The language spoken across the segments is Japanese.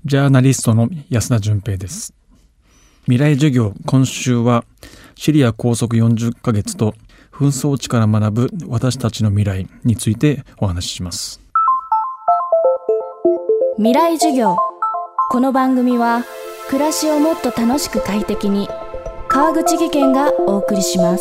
ジャーナリストの安田純平です。未来授業、今週はシリア拘束40ヶ月と紛争地から学ぶ私たちの未来についてお話しします。 未来授業。この番組は暮らしをもっと楽しく快適に、川口義賢がお送りします。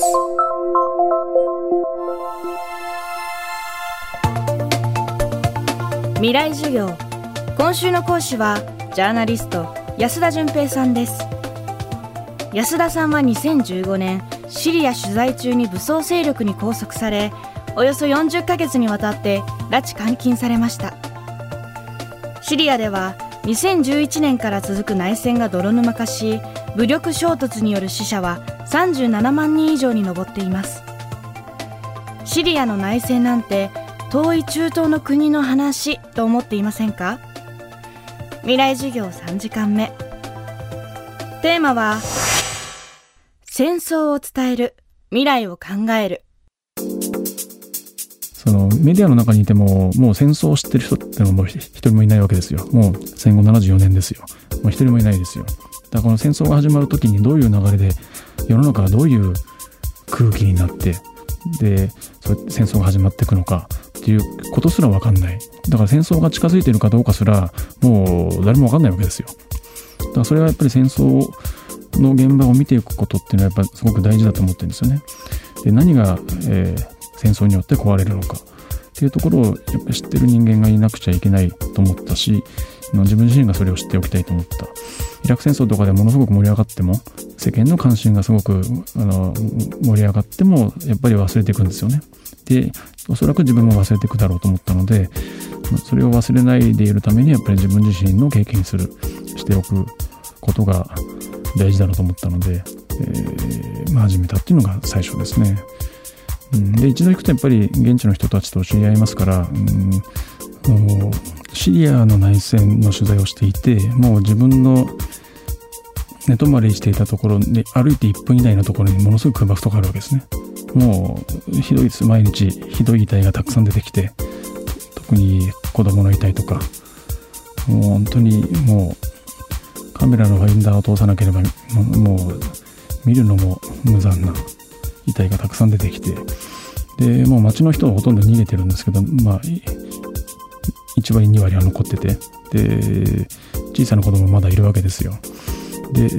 未来授業、今週の講師はジャーナリスト安田純平さんです。安田さんは2015年シリア取材中に武装勢力に拘束され、およそ40ヶ月にわたって拉致監禁されました。シリアでは2011年から続く内戦が泥沼化し、武力衝突による死者は37万人以上に上っています。シリアの内戦なんて遠い中東の国の話と思っていませんか？未来授業3時間目。テーマは戦争を伝える、未来を考える。 そのメディアの中にいても、もう戦争を知ってる人ってのも一人もいないわけですよ。もう戦後74年ですよ。もう一人もいないですよ。だからこの戦争が始まるときにどういう流れで世の中がどういう空気になって、で戦争が始まっていくのかっていうことすら分かんない。だから戦争が近づいているかどうかすらもう誰も分かんないわけですよ。だからそれはやっぱり戦争の現場を見ていくことっていうのはやっぱりすごく大事だと思ってるんですよね。で、何が、戦争によって壊れるのかっていうところをやっぱり知ってる人間がいなくちゃいけないと思ったし、自分自身がそれを知っておきたいと思った。イラク戦争とかでものすごく盛り上がっても、世間の関心がすごく盛り上がってもやっぱり忘れていくんですよね。で、おそらく自分も忘れていくだろうと思ったので、それを忘れないでいるためにやっぱり自分自身の経験しておくことが大事だろうと思ったので、始めたっていうのが最初ですね。で、一度行くとやっぱり現地の人たちと知り合いますから、シリアの内戦の取材をしていて、もう自分の寝泊まりしていたところで歩いて1分以内のところにものすごい空爆とかあるわけですね。もうひどいです。毎日ひどい遺体がたくさん出てきて、特に子供の遺体とか、もう本当にもうカメラのファインダーを通さなければもう見るのも無残な遺体がたくさん出てきて、でもう街の人はほとんど逃げてるんですけど、1割2割は残ってて、で小さな子供もまだいるわけですよ。で、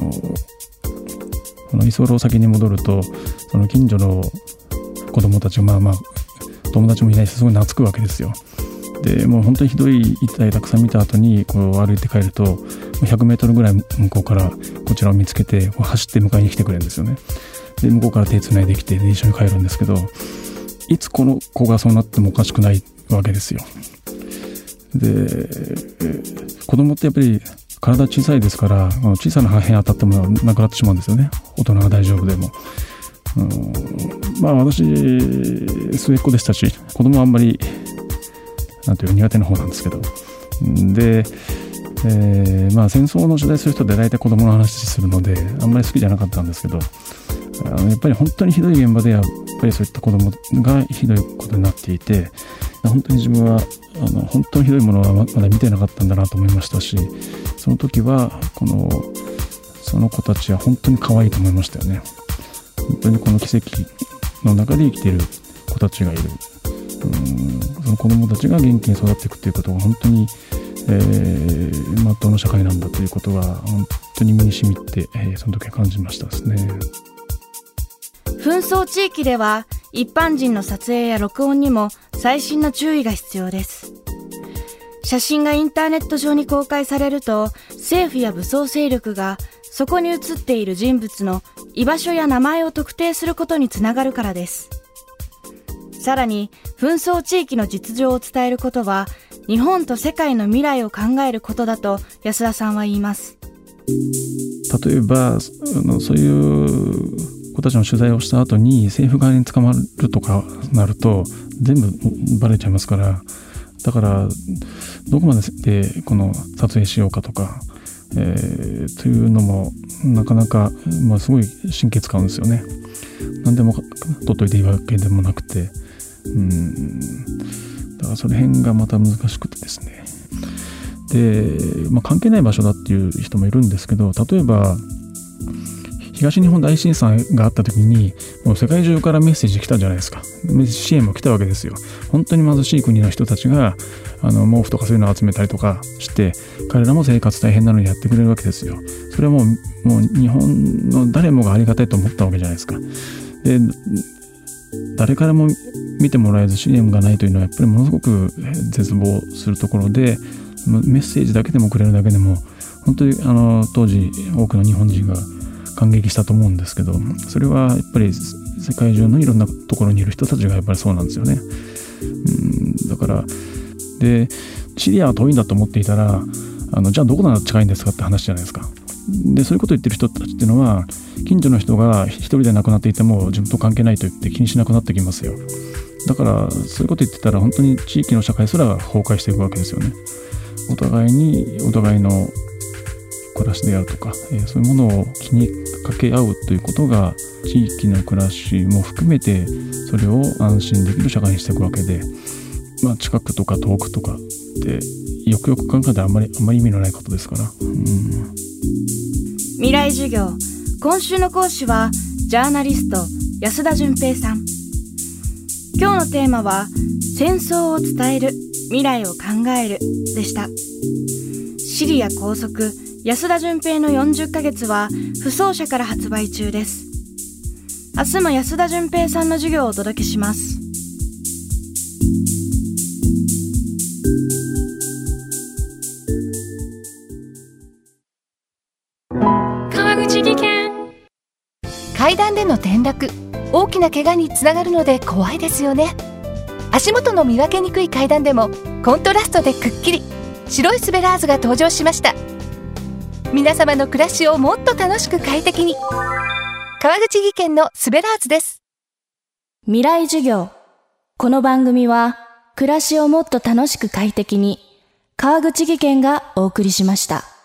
この居候先に戻ると、その近所の子供たちが友達もいないしすごい懐くわけですよ。で、もう本当にひどい遺体たくさん見た後にこう歩いて帰ると、100メートルぐらい向こうからこちらを見つけて、こう走って迎えに来てくれるんですよね。で、向こうから手つないできて、一緒に帰るんですけど、いつこの子がそうなってもおかしくないわけですよ。で、子供ってやっぱり体小さいですから、小さな破片当たってもなくなってしまうんですよね。大人が大丈夫でも。私末っ子でしたし、子供はあんまり苦手な方なんですけど、で、戦争の取材する人で大体子供の話するのであんまり好きじゃなかったんですけど、やっぱり本当にひどい現場ではやっぱりそういった子供がひどいことになっていて、本当に自分は本当にひどいものはまだ見てなかったんだなと思いましたし、その時はその子たちは本当に可愛いと思いましたよね。本当にこの奇跡の中で生きている子たちがいる。その子供たちが元気に育っていくということが本当にまっとうな社会なんだということが本当に身に染みて、その時は感じましたですね。 紛争地域では一般人の撮影や録音にも細心の注意が必要です。写真がインターネット上に公開されると、政府や武装勢力がそこに写っている人物の居場所や名前を特定することにつながるからです。さらに紛争地域の実情を伝えることは、日本と世界の未来を考えることだと安田さんは言います。 例えばそういう子たちの取材をした後に政府側に捕まるとかなると全部バレちゃいますから、だからどこまでこの撮影しようかとか、というのもなかなか、すごい神経使うんですよね。何でも撮っといていいわけでもなくて、だからその辺がまた難しくてですね。 で、関係ない場所だっていう人もいるんですけど、例えば東日本大震災があった時にもう世界中からメッセージ来たじゃないですか。支援も来たわけですよ。本当に貧しい国の人たちが毛布とかそういうのを集めたりとかして、彼らも生活大変なのにやってくれるわけですよ。それはもう日本の誰もがありがたいと思ったわけじゃないですか。で、誰からも見てもらえず支援がないというのはやっぱりものすごく絶望するところで、メッセージだけでもくれるだけでも本当に当時多くの日本人が感激したと思うんですけど、それはやっぱり世界中のいろんなところにいる人たちがやっぱりそうなんですよね。だからでシリアは遠いんだと思っていたらじゃあどこなら近いんですかって話じゃないですか。でそういうことを言ってる人たちっていうのは、近所の人が一人で亡くなっていても自分と関係ないと言って気にしなくなってきますよ。だからそういうこと言ってたら本当に地域の社会すら崩壊していくわけですよね。お互いの暮らしであるとか、そういうものを気にかけ合うということが地域の暮らしも含めてそれを安心できる社会にしていくわけで、近くとか遠くとかってよくよく考えたらあんまり意味のないことですから。 未来授業、今週の講師はジャーナリスト安田純平さん。今日のテーマは戦争を伝える、未来を考えるでした。シリア拘束、安田純平の40ヶ月は不走者から発売中です。明日も安田純平さんの授業をお届けします。 川口技研。階段での転落、大きな怪我につながるので怖いですよね。足元の見分けにくい階段でもコントラストでくっきり白いスベラーズが登場しました。皆様の暮らしをもっと楽しく快適に、川口技研のスベラーズです。 未来授業、この番組は暮らしをもっと楽しく快適に、川口技研がお送りしました。